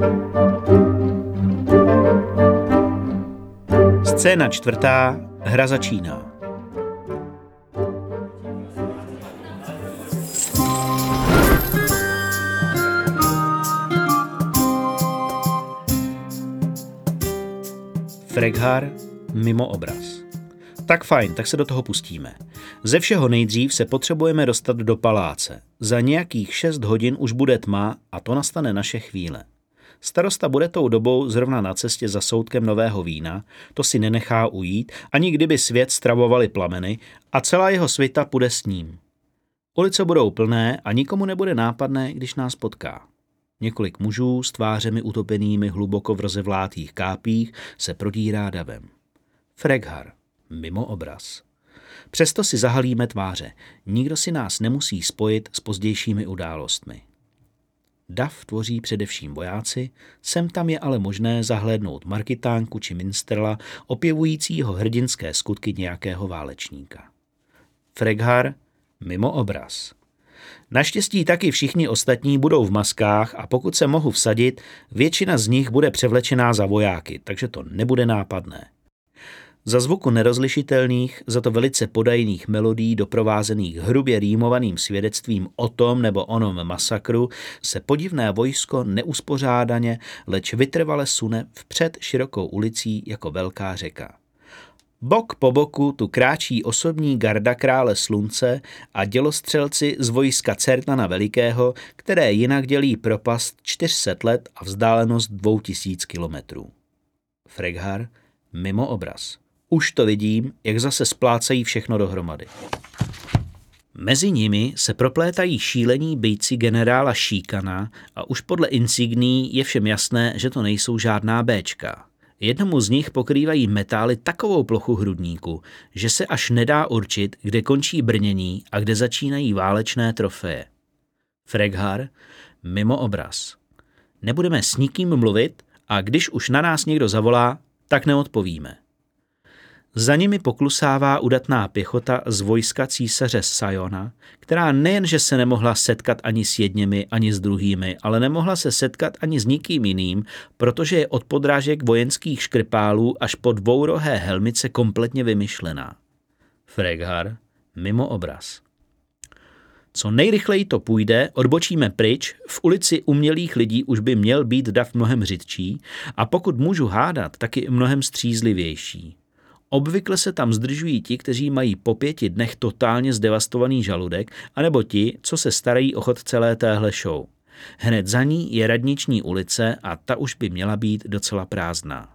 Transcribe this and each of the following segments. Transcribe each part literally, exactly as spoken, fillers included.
Scéna čtvrtá. Hra začíná. Freghar mimo obraz. Tak fajn, tak se do toho pustíme. Ze všeho nejdřív se potřebujeme dostat do paláce. Za nějakých šest hodin už bude tma a to nastane naše chvíle. Starosta bude tou dobou zrovna na cestě za soudkem nového vína, to si nenechá ujít, ani kdyby svět stravovali plameny a celá jeho svita půjde s ním. Ulice budou plné a nikomu nebude nápadné, když nás potká. Několik mužů s tvářemi utopenými hluboko v rozevlátých kápích se prodírá davem. Freghar mimo obraz. Přesto si zahalíme tváře. Nikdo si nás nemusí spojit s pozdějšími událostmi. Dav tvoří především vojáci, sem tam je ale možné zahlédnout markitánku či minstrela opěvujícího hrdinské skutky nějakého válečníka. Freghar mimo obraz. Naštěstí taky všichni ostatní budou v maskách a pokud se mohu vsadit, většina z nich bude převlečená za vojáky, takže to nebude nápadné. Za zvuku nerozlišitelných, za to velice podajných melodií doprovázených hrubě rýmovaným svědectvím o tom nebo onom masakru se podivné vojsko neuspořádaně, leč vytrvale sune vpřed širokou ulicí jako velká řeka. Bok po boku tu kráčí osobní garda krále slunce a dělostřelci z vojska Certana Velikého, které jinak dělí propast čtyři sta let a vzdálenost dvou tisíc kilometrů. Freghar mimo obraz. Už to vidím, jak zase splácají všechno dohromady. Mezi nimi se proplétají šílení bejci generála Šíkana a už podle insigní je všem jasné, že to nejsou žádná béčka. Jednomu z nich pokrývají metály takovou plochu hrudníku, že se až nedá určit, kde končí brnění a kde začínají válečné trofeje. Freghar mimo obraz. Nebudeme s nikým mluvit a když už na nás někdo zavolá, tak neodpovíme. Za nimi poklusává udatná pěchota z vojska císaře Sajona, která nejenže se nemohla setkat ani s jedněmi, ani s druhými, ale nemohla se setkat ani s nikým jiným, protože je od podrážek vojenských škripálů až po dvourohé helmice kompletně vymyšlená. Freghar mimo obraz. Co nejrychleji to půjde, odbočíme pryč, v ulici umělých lidí už by měl být dav mnohem řidčí a pokud můžu hádat, taky mnohem střízlivější. Obvykle se tam zdržují ti, kteří mají po pěti dnech totálně zdevastovaný žaludek, anebo ti, co se starají o chod celé téhle show. Hned za ní je Radniční ulice a ta už by měla být docela prázdná.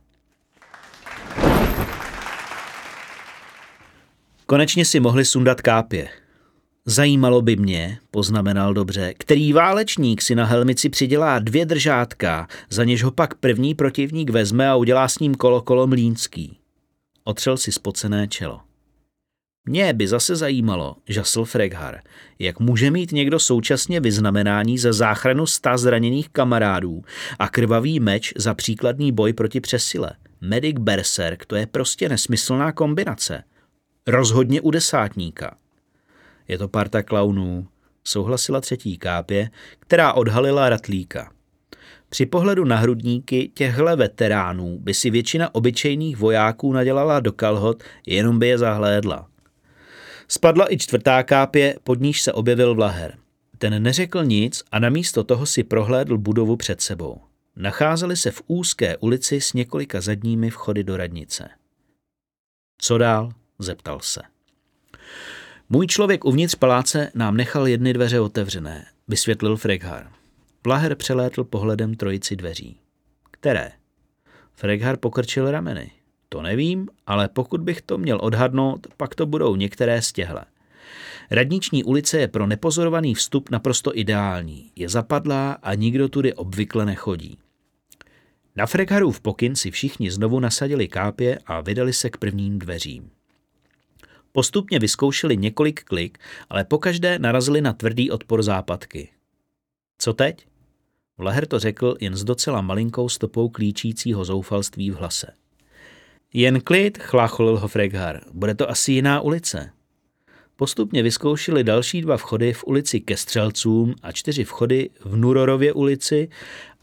Konečně si mohli sundat kápě. Zajímalo by mě, poznamenal dobře, který válečník si na helmici přidělá dvě držátka, za něž ho pak první protivník vezme a udělá s ním kolo kolo mlýnský. Otřel si spocené čelo. Mě by zase zajímalo, žasl Freghar, jak může mít někdo současně vyznamenání za záchranu sta zraněných kamarádů a krvavý meč za příkladný boj proti přesile. Medic Berserk, to je prostě nesmyslná kombinace. Rozhodně u desátníka. Je to parta klaunů, souhlasila třetí kápě, která odhalila ratlíka. Při pohledu na hrudníky těchhle veteránů by si většina obyčejných vojáků nadělala do kalhot, jenom by je zahlédla. Spadla i čtvrtá kápě, pod níž se objevil Vlaher. Ten neřekl nic a namísto toho si prohlédl budovu před sebou. Nacházeli se v úzké ulici s několika zadními vchody do radnice. Co dál? Zeptal se. Můj člověk uvnitř paláce nám nechal jedny dveře otevřené, vysvětlil Freghar. Vlaher přelétl pohledem trojici dveří. Které? Freghar pokrčil rameny. To nevím, ale pokud bych to měl odhadnout, pak to budou některé z těhle. Radniční ulice je pro nepozorovaný vstup naprosto ideální. Je zapadlá a nikdo tudy obvykle nechodí. Na Fregharův pokyn si všichni znovu nasadili kápě a vydali se k prvním dveřím. Postupně vyzkoušeli několik klik, ale pokaždé narazili na tvrdý odpor západky. Co teď? Vlaher to řekl jen s docela malinkou stopou klíčícího zoufalství v hlase. Jen klid, chlácholil ho Freghar, bude to asi jiná ulice. Postupně vyzkoušeli další dva vchody v ulici ke Střelcům a čtyři vchody v Nurorově ulici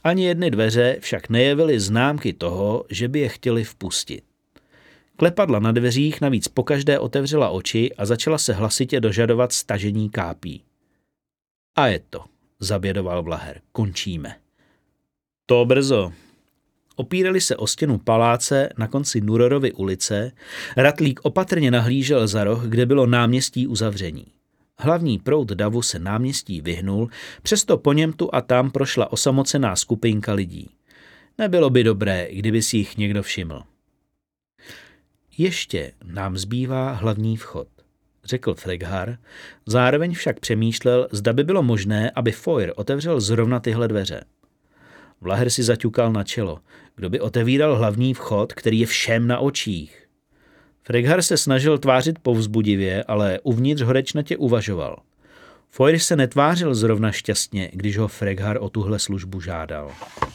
Ani jedny dveře však nejevily známky toho, že by je chtěli vpustit. Klepadla na dveřích navíc pokaždé otevřela oči a začala se hlasitě dožadovat stažení kápí. A je to, zabědoval Vlaher, končíme. To brzo. Opírali se o stěnu paláce na konci Nurorovy ulice, Ratlík opatrně nahlížel za roh, kde bylo náměstí uzavření. Hlavní proud davu se náměstí vyhnul, přesto po něm tu a tam prošla osamocená skupinka lidí. Nebylo by dobré, kdyby si jich někdo všiml. Ještě nám zbývá hlavní vchod, řekl Freghar, zároveň však přemýšlel, zda by bylo možné, aby Foyr otevřel zrovna tyhle dveře. Vlaher si zaťukal na čelo. Kdo by otevíral hlavní vchod, který je všem na očích? Freghar se snažil tvářit povzbudivě, ale uvnitř horečnatě uvažoval. Foyr se netvářil zrovna šťastně, když ho Freghar o tuhle službu žádal.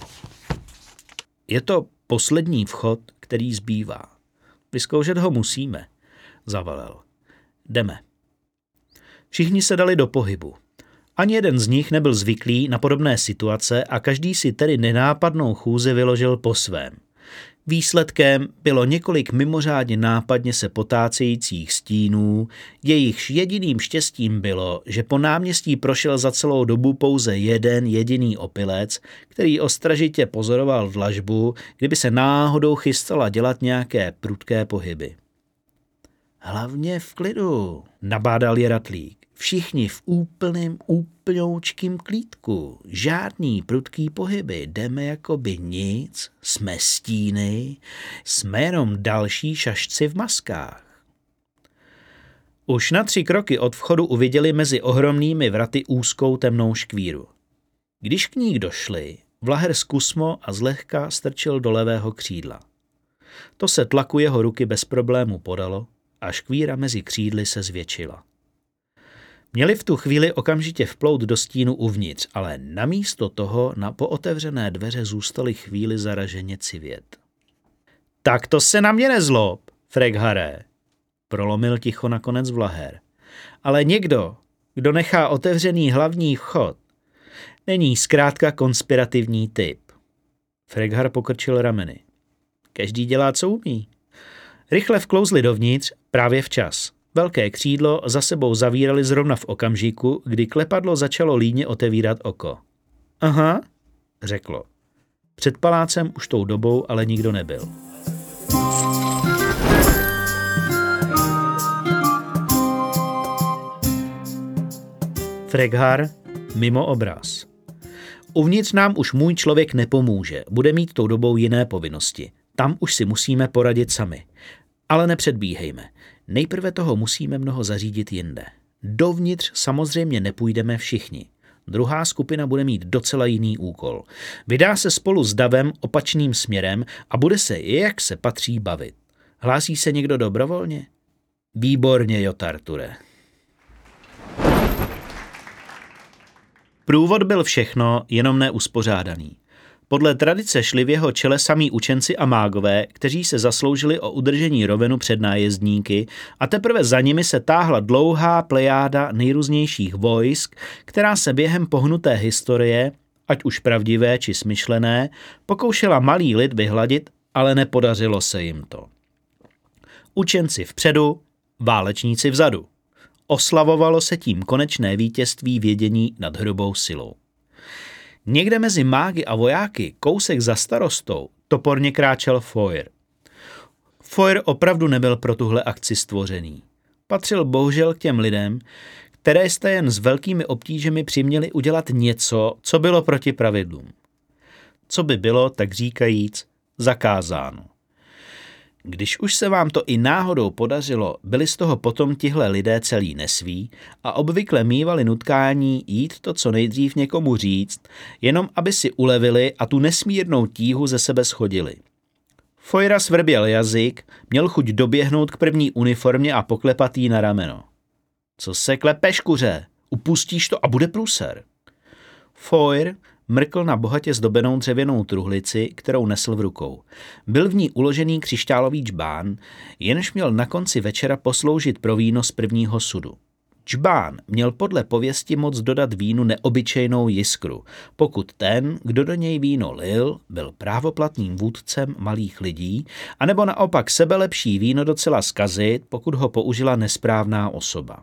Je to poslední vchod, který zbývá. Vyzkoušet ho musíme, zavalel. Jdeme. Všichni se dali do pohybu. Ani jeden z nich nebyl zvyklý na podobné situace a každý si tedy nenápadnou chůzi vyložil po svém. Výsledkem bylo několik mimořádně nápadně se potácejících stínů, jejichž jediným štěstím bylo, že po náměstí prošel za celou dobu pouze jeden jediný opilec, který ostražitě pozoroval dlažbu, kdyby se náhodou chystala dělat nějaké prudké pohyby. Hlavně v klidu, nabádal je Ratlík. Všichni v úplným, úplňoučkým klídku. Žádný prudký pohyby. Jdeme jako by nic, jsme stíny, jsme jenom další šašci v maskách. Už na tři kroky od vchodu uviděli mezi ohromnými vraty úzkou temnou škvíru. Když k ní došli, Vlaher zkusmo a zlehka strčil do levého křídla. To se tlaku jeho ruky bez problému podalo a škvíra mezi křídly se zvětšila. Měli v tu chvíli okamžitě vplout do stínu uvnitř, ale namísto toho na pootevřené dveře zůstali chvíli zaraženě civět. Tak to se na mě nezlob, Freghare, prolomil ticho nakonec Vlaher. Ale někdo, kdo nechá otevřený hlavní vchod, není zkrátka konspirativní typ. Freghar pokrčil rameny. Každý dělá, co umí. Rychle vklouzli dovnitř, právě včas. Velké křídlo za sebou zavírali zrovna v okamžiku, kdy klepadlo začalo líně otevírat oko. Aha, řeklo. Před palácem už tou dobou ale nikdo nebyl. Freghar mimo obraz. Uvnitř nám už můj člověk nepomůže, bude mít tou dobou jiné povinnosti. Tam už si musíme poradit sami. Ale nepředbíhejme. Nejprve toho musíme mnoho zařídit jinde. Dovnitř samozřejmě nepůjdeme všichni. Druhá skupina bude mít docela jiný úkol. Vydá se spolu s davem opačným směrem a bude se, jak se patří, bavit. Hlásí se někdo dobrovolně? Výborně, Jotarture. Průvod byl všechno, jenom neuspořádaný. Podle tradice šli v jeho čele samí učenci a mágové, kteří se zasloužili o udržení rovenu před nájezdníky, a teprve za nimi se táhla dlouhá plejáda nejrůznějších vojsk, která se během pohnuté historie, ať už pravdivé či smyšlené, pokoušela malý lid vyhladit, ale nepodařilo se jim to. Učenci vpředu, válečníci vzadu. Oslavovalo se tím konečné vítězství vědění nad hrubou silou. Někde mezi mágy a vojáky, kousek za starostou, toporně kráčel Foyr. Foyr opravdu nebyl pro tuhle akci stvořený. Patřil bohužel k těm lidem, které jste jen s velkými obtížemi přiměli udělat něco, co bylo proti pravidlům. Co by bylo, tak říkajíc, zakázáno. Když už se vám to i náhodou podařilo, byli z toho potom tihle lidé celý nesví a obvykle mívali nutkání jít to co nejdřív někomu říct, jenom aby si ulevili a tu nesmírnou tíhu ze sebe schodili. Foyra svrběl jazyk, měl chuť doběhnout k první uniformě a poklepat jí na rameno. Co se klepeš, kuře? Upustíš to a bude průser. Foyr mrkl na bohatě zdobenou dřevěnou truhlici, kterou nesl v rukou. Byl v ní uložený křišťálový džbán, jenž měl na konci večera posloužit pro víno z prvního sudu. Džbán měl podle pověsti moc dodat vínu neobyčejnou jiskru, pokud ten, kdo do něj víno lil, byl právoplatným vůdcem malých lidí, anebo naopak sebelepší víno docela zkazit, pokud ho použila nesprávná osoba.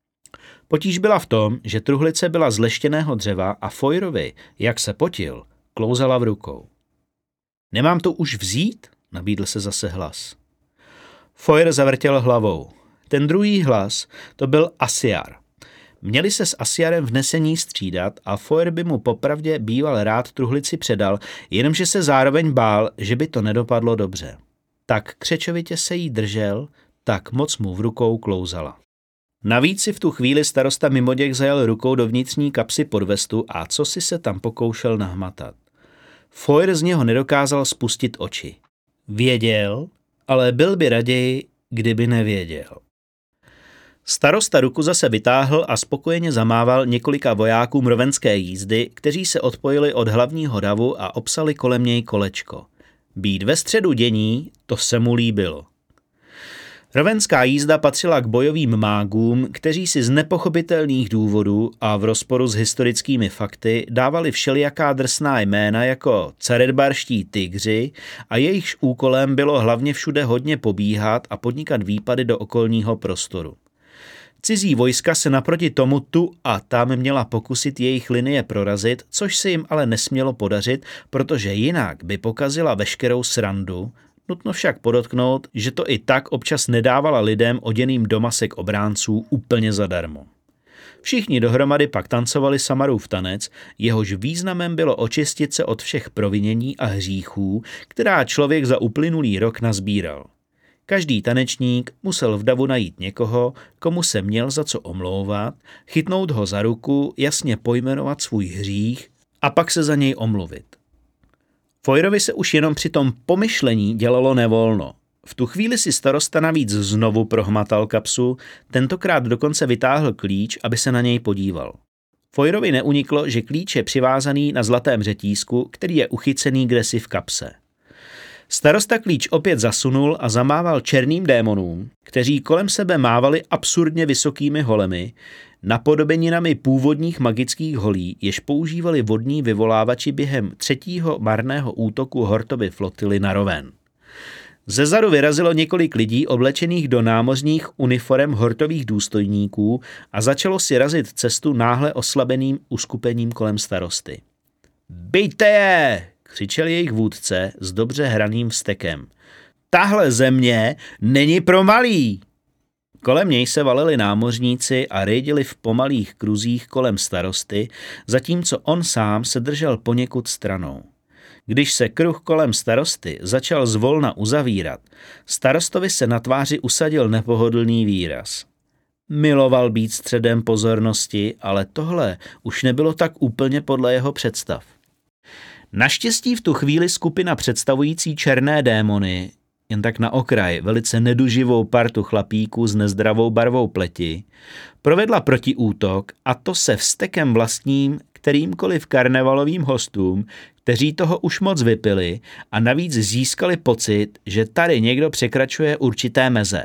Potíž byla v tom, že truhlice byla z leštěného dřeva a Foyerovi, jak se potil, klouzala v rukou. Nemám to už vzít? Nabídl se zase hlas. Foyer zavrtěl hlavou. Ten druhý hlas, to byl Asiar. Měli se s Asiarem v nesení střídat a Foyer by mu popravdě býval rád truhlici předal, jenomže se zároveň bál, že by to nedopadlo dobře. Tak křečovitě se jí držel, tak moc mu v rukou klouzala. Navíc si v tu chvíli starosta mimoděk zajel rukou do vnitřní kapsy pod vestu a co si se tam pokoušel nahmatat. Foyer z něho nedokázal spustit oči. Věděl, ale byl by raději, kdyby nevěděl. Starosta ruku zase vytáhl a spokojeně zamával několika vojákům rovenské jízdy, kteří se odpojili od hlavního davu a obsali kolem něj kolečko. Být ve středu dění, to se mu líbilo. Rovenská jízda patřila k bojovým mágům, kteří si z nepochopitelných důvodů a v rozporu s historickými fakty dávali všelijaká drsná jména jako caredbarští tygři a jejichž úkolem bylo hlavně všude hodně pobíhat a podnikat výpady do okolního prostoru. Cizí vojska se naproti tomu tu a tam měla pokusit jejich linie prorazit, což se jim ale nesmělo podařit, protože jinak by pokazila veškerou srandu. Nutno však podotknout, že to i tak občas nedávala lidem oděným do masek obránců úplně zadarmo. Všichni dohromady pak tancovali Samarův tanec, jehož významem bylo očistit se od všech provinění a hříchů, která člověk za uplynulý rok nazbíral. Každý tanečník musel v davu najít někoho, komu se měl za co omlouvat, chytnout ho za ruku, jasně pojmenovat svůj hřích a pak se za něj omluvit. Foyerovi se už jenom při tom pomyšlení dělalo nevolno. V tu chvíli si starosta navíc znovu prohmatal kapsu, tentokrát dokonce vytáhl klíč, aby se na něj podíval. Foyerovi neuniklo, že klíč je přivázaný na zlatém řetízku, který je uchycený kdesi v kapse. Starosta klíč opět zasunul a zamával černým démonům, kteří kolem sebe mávali absurdně vysokými holemi, napodobeninami původních magických holí, jež používali vodní vyvolávači během třetího marného útoku Hortovy flotily na Roven. Zezadu vyrazilo několik lidí oblečených do námořních uniforem Hortových důstojníků a začalo si razit cestu náhle oslabeným uskupením kolem starosty. Bijte je! Křičel jejich vůdce s dobře hraným vztekem. Tahle země není pro malý! Kolem něj se valili námořníci a rejdili v pomalých kruzích kolem starosty, zatímco on sám se držel poněkud stranou. Když se kruh kolem starosty začal zvolna uzavírat, starostovi se na tváři usadil nepohodlný výraz. Miloval být středem pozornosti, ale tohle už nebylo tak úplně podle jeho představ. Naštěstí v tu chvíli skupina představující černé démony, jen tak na okraj velice neduživou partu chlapíků s nezdravou barvou pleti, provedla protiútok, a to se vztekem vlastním kterýmkoliv karnevalovým hostům, kteří toho už moc vypili a navíc získali pocit, že tady někdo překračuje určité meze.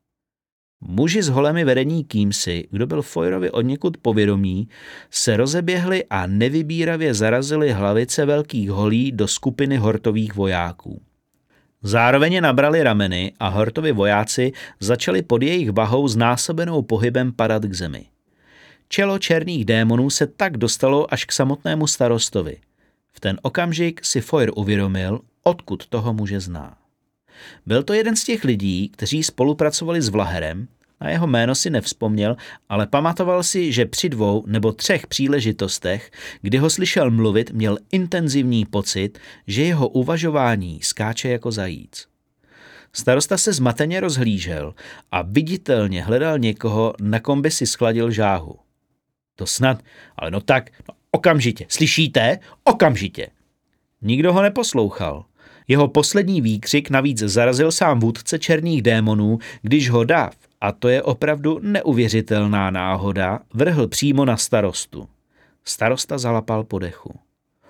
Muži s holemi vedení kýmsi, kdo byl Foyerovi odněkud povědomí, se rozeběhli a nevybíravě zarazili hlavice velkých holí do skupiny Hortových vojáků. Zároveň je nabrali rameny a Hortovi vojáci začali pod jejich vahou znásobenou pohybem padat k zemi. Čelo černých démonů se tak dostalo až k samotnému starostovi. V ten okamžik si Foyer uvědomil, odkud toho muže zná. Byl to jeden z těch lidí, kteří spolupracovali s Vlaherem, na jeho jméno si nevzpomněl, ale pamatoval si, že při dvou nebo třech příležitostech, kdy ho slyšel mluvit, měl intenzivní pocit, že jeho uvažování skáče jako zajíc. Starosta se zmateně rozhlížel a viditelně hledal někoho, na kom by si schladil žáhu. To snad, ale no tak, no okamžitě, slyšíte? Okamžitě! Nikdo ho neposlouchal. Jeho poslední výkřik navíc zarazil sám vůdce černých démonů, když ho dav, a to je opravdu neuvěřitelná náhoda, vrhl přímo na starostu. Starosta zalapal po dechu.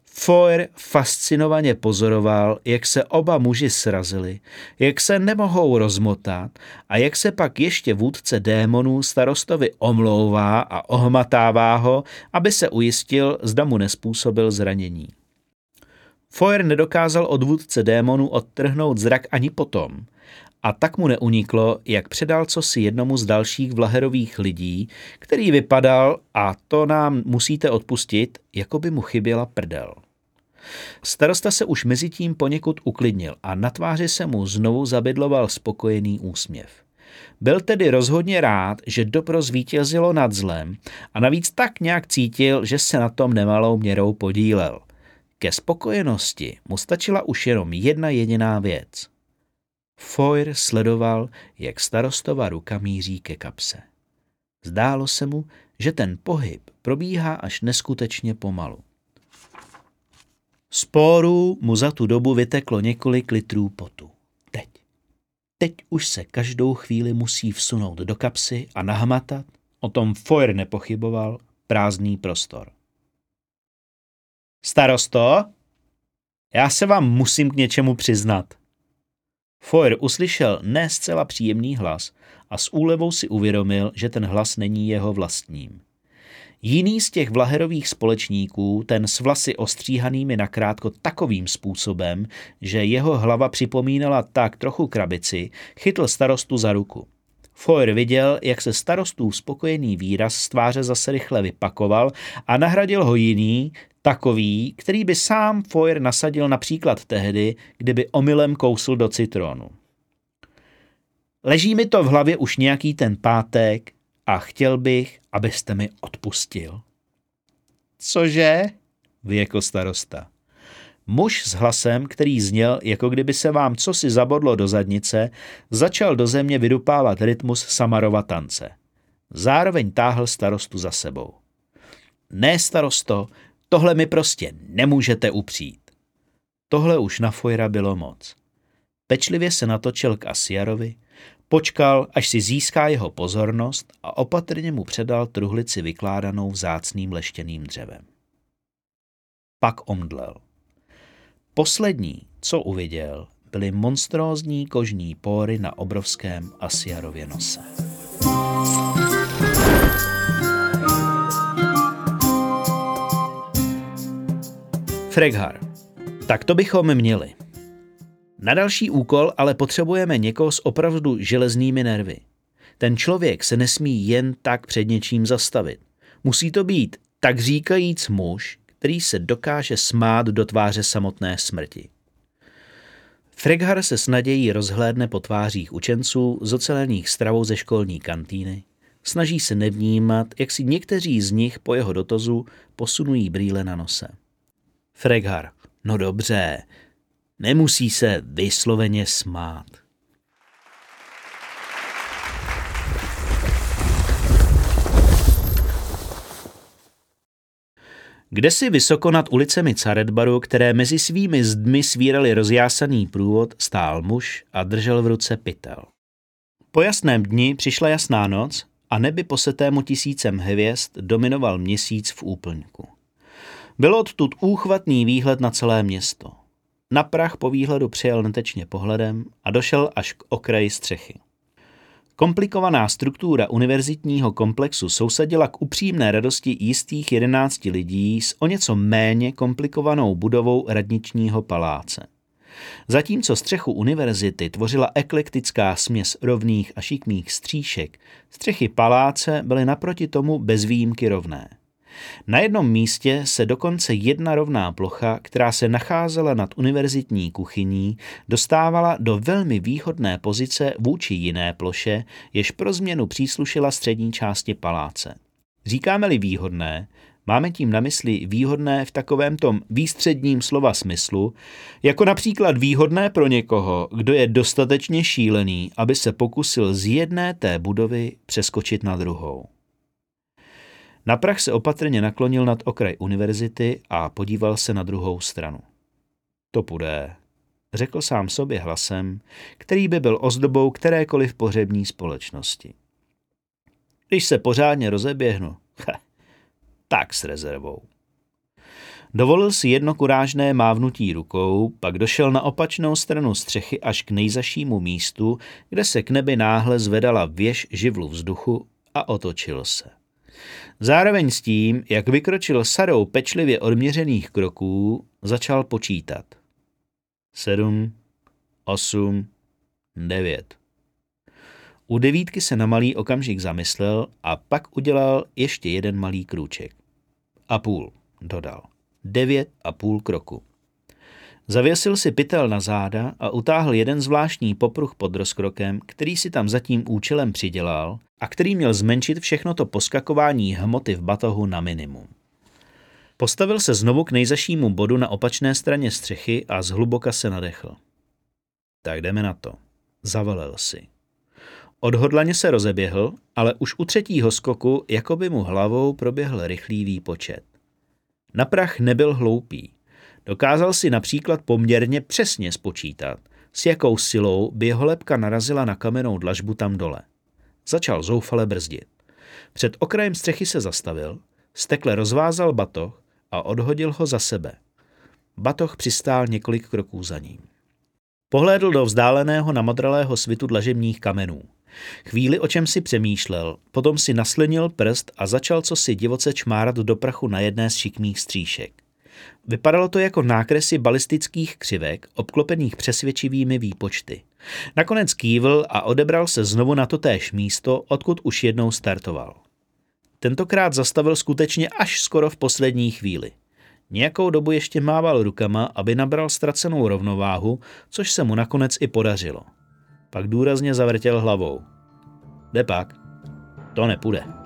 Foer fascinovaně pozoroval, jak se oba muži srazili, jak se nemohou rozmotat a jak se pak ještě vůdce démonů starostovi omlouvá a ohmatává ho, aby se ujistil, zda mu nespůsobil zranění. Foer nedokázal od vůdce démonů odtrhnout zrak ani potom, a tak mu neuniklo, jak předal cosi jednomu z dalších Vlaherových lidí, který vypadal, a to nám musíte odpustit, jako by mu chyběla prdel. Starosta se už mezitím poněkud uklidnil a na tváři se mu znovu zabydloval spokojený úsměv. Byl tedy rozhodně rád, že dobro zvítězilo nad zlem a navíc tak nějak cítil, že se na tom nemalou měrou podílel. Ke spokojenosti mu stačila už jenom jedna jediná věc. Foer sledoval, jak starostova ruka míří ke kapse. Zdálo se mu, že ten pohyb probíhá až neskutečně pomalu. Z pórů mu za tu dobu vyteklo několik litrů potu. Teď. Teď už se každou chvíli musí vsunout do kapsy a nahmatat, o tom Foer nepochyboval, prázdný prostor. Starosto, já se vám musím k něčemu přiznat. Foer uslyšel ne zcela příjemný hlas a s úlevou si uvědomil, že ten hlas není jeho vlastním. Jiný z těch Vlaherových společníků, ten s vlasy ostříhanými nakrátko takovým způsobem, že jeho hlava připomínala tak trochu krabici, chytl starostu za ruku. Foer viděl, jak se starostův spokojený výraz z tváře zase rychle vypakoval a nahradil ho jiný, takový, který by sám Foer nasadil například tehdy, kdyby omylem kousl do citronu. Leží mi to v hlavě už nějaký ten pátek a chtěl bych, abyste mi odpustil. Cože? Vyjekl starosta. Muž s hlasem, který zněl, jako kdyby se vám cosi zabodlo do zadnice, začal do země vydupávat rytmus Samarova tance. Zároveň táhl starostu za sebou. Ne, starosto, tohle mi prostě nemůžete upřít. Tohle už na Foera bylo moc. Pečlivě se natočil k Asiarovi, počkal, až si získá jeho pozornost a opatrně mu předal truhlici vykládanou vzácným leštěným dřevem. Pak omdlel. Poslední, co uviděl, byly monstrózní kožní póry na obrovském Asiarově nose. Freghar. Tak to bychom měli. Na další úkol ale potřebujeme někoho s opravdu železnými nervy. Ten člověk se nesmí jen tak před něčím zastavit. Musí to být tak říkajíc muž, který se dokáže smát do tváře samotné smrti. Freghar se s nadějí rozhlédne po tvářích učenců zocelených stravou ze školní kantýny. Snaží se nevnímat, jak si někteří z nich po jeho dotazu posunují brýle na nose. Freghar. No dobře, nemusí se vysloveně smát. Kdesi vysoko nad ulicemi Caretbaru, které mezi svými zdmi svíraly rozjásaný průvod, stál muž a držel v ruce pytel. Po jasném dni přišla jasná noc a nebi posetému tisícem hvězd dominoval měsíc v úplňku. Byl odtud úchvatný výhled na celé město. Na prach po výhledu přijel netečně pohledem a došel až k okraji střechy. Komplikovaná struktura univerzitního komplexu sousadila k upřímné radosti jistých jedenácti lidí s o něco méně komplikovanou budovou radničního paláce. Zatímco střechu univerzity tvořila eklektická směs rovných a šikmých stříšek, střechy paláce byly naproti tomu bez výjimky rovné. Na jednom místě se dokonce jedna rovná plocha, která se nacházela nad univerzitní kuchyní, dostávala do velmi výhodné pozice vůči jiné ploše, jež pro změnu příslušela střední části paláce. Říkáme-li výhodné, máme tím na mysli výhodné v takovém tom výstředním slova smyslu, jako například výhodné pro někoho, kdo je dostatečně šílený, aby se pokusil z jedné té budovy přeskočit na druhou. Na prach se opatrně naklonil nad okraj univerzity a podíval se na druhou stranu. To půjde, řekl sám sobě hlasem, který by byl ozdobou kterékoliv pohřební společnosti. Když se pořádně rozeběhnu, ha, tak s rezervou. Dovolil si jedno kurážné mávnutí rukou, pak došel na opačnou stranu střechy až k nejzašímu místu, kde se k nebi náhle zvedala věž živlu vzduchu a otočil se. Zároveň s tím, jak vykročil sadou pečlivě odměřených kroků, začal počítat. Sedm, osm, devět. U devítky se na malý okamžik zamyslel a pak udělal ještě jeden malý krůček. A půl, dodal. Devět a půl kroku. Zavěsil si pytel na záda a utáhl jeden zvláštní popruh pod rozkrokem, který si tam za tím účelem přidělal a který měl zmenšit všechno to poskakování hmoty v batohu na minimum. Postavil se znovu k nejzašímu bodu na opačné straně střechy a zhluboka se nadechl. Tak jdeme na to. Zavelel si. Odhodlaně se rozeběhl, ale už u třetího skoku jako by mu hlavou proběhl rychlý výpočet. Na prach nebyl hloupý. Dokázal si například poměrně přesně spočítat, s jakou silou by jeho lebka narazila na kamennou dlažbu tam dole. Začal zoufale brzdit. Před okrajem střechy se zastavil, stekle rozvázal batoh a odhodil ho za sebe. Batoh přistál několik kroků za ním. Pohlédl do vzdáleného namodralého svitu dlažebních kamenů. Chvíli o čem si přemýšlel, potom si naslinil prst a začal cosi divoce čmárat do prachu na jedné z šikmých stříšek. Vypadalo to jako nákresy balistických křivek, obklopených přesvědčivými výpočty. Nakonec kývl a odebral se znovu na totéž místo, odkud už jednou startoval. Tentokrát zastavil skutečně až skoro v poslední chvíli. Nějakou dobu ještě mával rukama, aby nabral ztracenou rovnováhu, což se mu nakonec i podařilo. Pak důrazně zavrtěl hlavou. Jde pak, to nepůjde.